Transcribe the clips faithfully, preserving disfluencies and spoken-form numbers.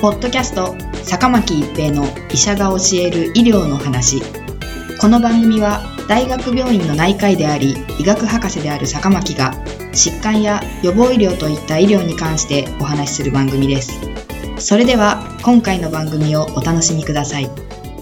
ポッドキャスト坂巻一平の医者が教える医療の話。この番組は大学病院の内科医であり医学博士である坂巻が疾患や予防医療といった医療に関してお話しする番組です。それでは今回の番組をお楽しみください。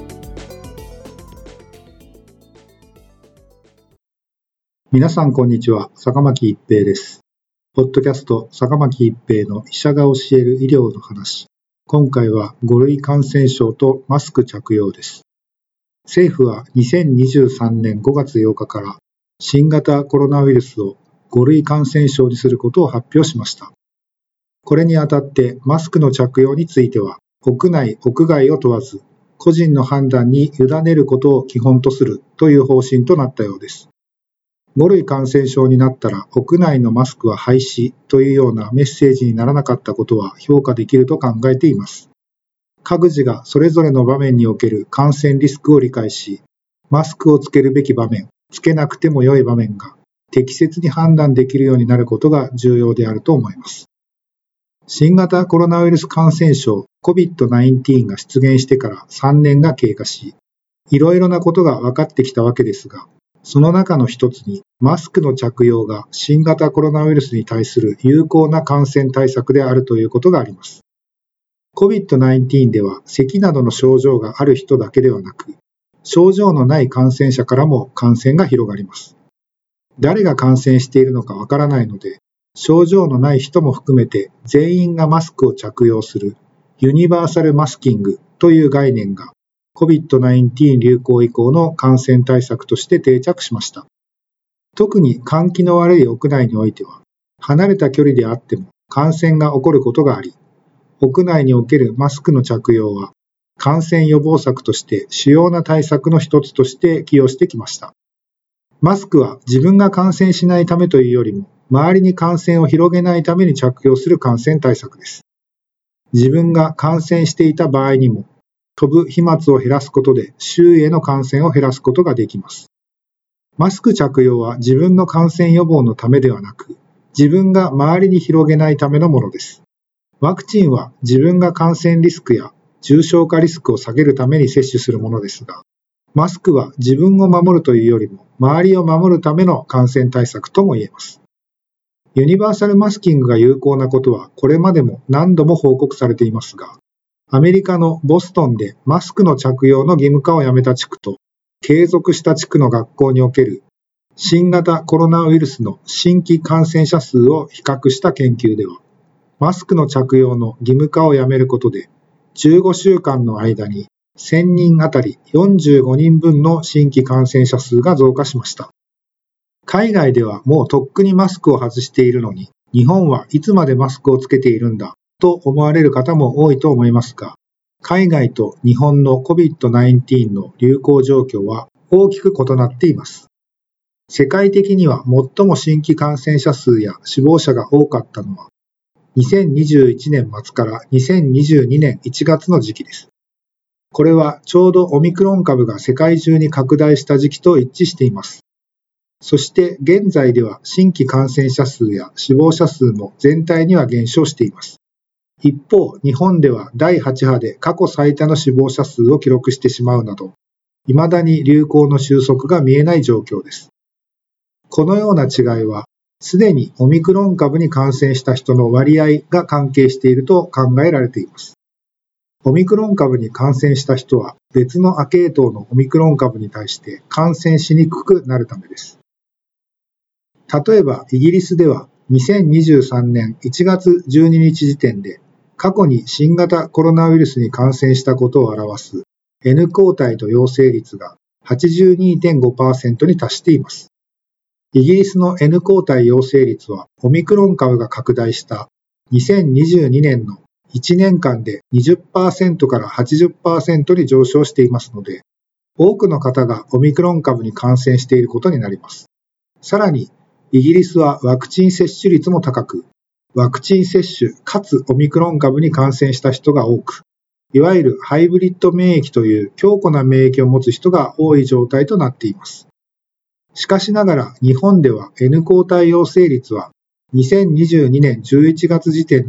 皆さんこんにちは、坂巻一平です。ポッドキャスト坂巻一平の医者が教える医療の話。今回はご類感染症とマスク着用です。政府はにせんにじゅうさんねんごがつようかから新型コロナウイルスをご類感染症にすることを発表しました。これにあたってマスクの着用については屋内・屋外を問わず個人の判断に委ねることを基本とするという方針となったようです。ご類感染症になったら屋内のマスクは廃止というようなメッセージにならなかったことは評価できると考えています。各自がそれぞれの場面における感染リスクを理解し、マスクをつけるべき場面、つけなくても良い場面が適切に判断できるようになることが重要であると思います。新型コロナウイルス感染症 コビッドナインティーン が出現してからさんねんが経過し、いろいろなことが分かってきたわけですが、その中の一つにマスクの着用が新型コロナウイルスに対する有効な感染対策であるということがあります。コビッドナインティーン では咳などの症状がある人だけではなく、症状のない感染者からも感染が広がります。誰が感染しているのかわからないので、症状のない人も含めて全員がマスクを着用するユニバーサルマスキングという概念がコビッドナインティーン 流行以降の感染対策として定着しました。特に換気の悪い屋内においては、離れた距離であっても感染が起こることがあり、屋内におけるマスクの着用は感染予防策として主要な対策の一つとして寄与してきました。マスクは自分が感染しないためというよりも、周りに感染を広げないために着用する感染対策です。自分が感染していた場合にも、飛ぶ飛沫を減らすことで周囲への感染を減らすことができます。マスク着用は自分の感染予防のためではなく、自分が周りに広げないためのものです。ワクチンは自分が感染リスクや重症化リスクを下げるために接種するものですが、マスクは自分を守るというよりも周りを守るための感染対策とも言えます。ユニバーサルマスキングが有効なことはこれまでも何度も報告されていますが、アメリカのボストンでマスクの着用の義務化をやめた地区と継続した地区の学校における新型コロナウイルスの新規感染者数を比較した研究では、マスクの着用の義務化をやめることでじゅうごしゅうかんの間にせんにんあたりよんじゅうごにんぶんの新規感染者数が増加しました。海外ではもうとっくにマスクを外しているのに、日本はいつまでマスクをつけているんだと思われる方も多いと思いますが、海外と日本の コビッドナインティーン の流行状況は大きく異なっています。世界的には最も新規感染者数や死亡者が多かったのは、にせんにじゅういちねん末からにせんにじゅうにねんいちがつの時期です。これはちょうどオミクロン株が世界中に拡大した時期と一致しています。そして現在では新規感染者数や死亡者数も全体には減少しています。一方、日本ではだいはち波で過去最多の死亡者数を記録してしまうなど、未だに流行の収束が見えない状況です。このような違いは、すでにオミクロン株に感染した人の割合が関係していると考えられています。オミクロン株に感染した人は別の亜系統のオミクロン株に対して感染しにくくなるためです。例えば、イギリスではにせんにじゅうさんねんいちがつじゅうににち時点で過去に新型コロナウイルスに感染したことを表す N 抗体と陽性率が はちじゅうにてんごパーセント に達しています。イギリスの N 抗体陽性率はオミクロン株が拡大したにせんにじゅうにねんのいちねんかんで にじゅっパーセント から はちじゅっパーセント に上昇していますので、多くの方がオミクロン株に感染していることになります。さらに、イギリスはワクチン接種率も高く、ワクチン接種かつオミクロン株に感染した人が多く、いわゆるハイブリッド免疫という強固な免疫を持つ人が多い状態となっています。しかしながら日本では N 抗体陽性率はにせんにじゅうにねんじゅういちがつ時点で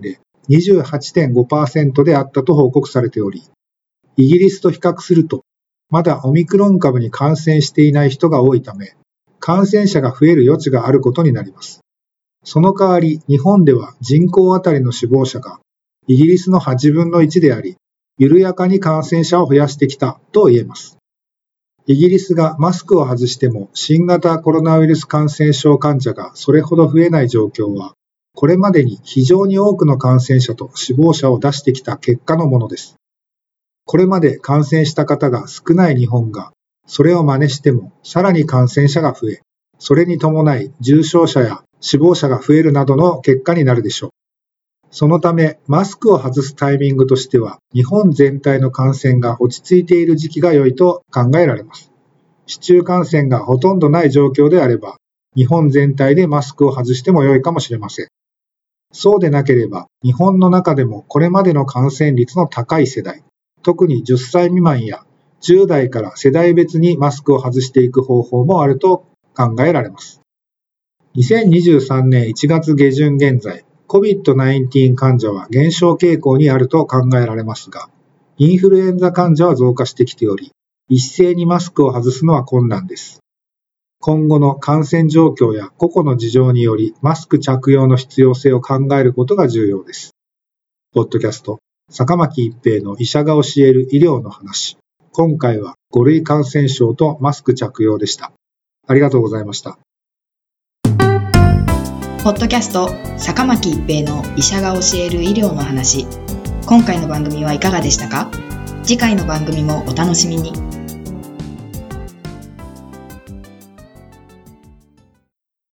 にじゅうはちてんごパーセント であったと報告されており、イギリスと比較すると、まだオミクロン株に感染していない人が多いため、感染者が増える余地があることになります。その代わり、日本では人口あたりの死亡者がイギリスのはちぶんのいちであり、緩やかに感染者を増やしてきたと言えます。イギリスがマスクを外しても新型コロナウイルス感染症患者がそれほど増えない状況は、これまでに非常に多くの感染者と死亡者を出してきた結果のものです。これまで感染した方が少ない日本が、それを真似してもさらに感染者が増え、それに伴い重症者や死亡者が増えるなどの結果になるでしょう。そのため、マスクを外すタイミングとしては、日本全体の感染が落ち着いている時期が良いと考えられます。市中感染がほとんどない状況であれば、日本全体でマスクを外しても良いかもしれません。そうでなければ、日本の中でもこれまでの感染率の高い世代、特にじゅっさい未満やじゅう代から世代別にマスクを外していく方法もあると考えられます。にせんにじゅうさんねんいちがつげじゅん現在、コビッドナインティーン 患者は減少傾向にあると考えられますが、インフルエンザ患者は増加してきており、一斉にマスクを外すのは困難です。今後の感染状況や個々の事情により、マスク着用の必要性を考えることが重要です。ポッドキャスト、坂巻一平の医者が教える医療の話。今回はご類感染症とマスク着用でした。ありがとうございました。 ポッドキャスト、坂巻一平の医者が教える医療の話。今回の番組はいかがでしたか？次回の番組もお楽しみに。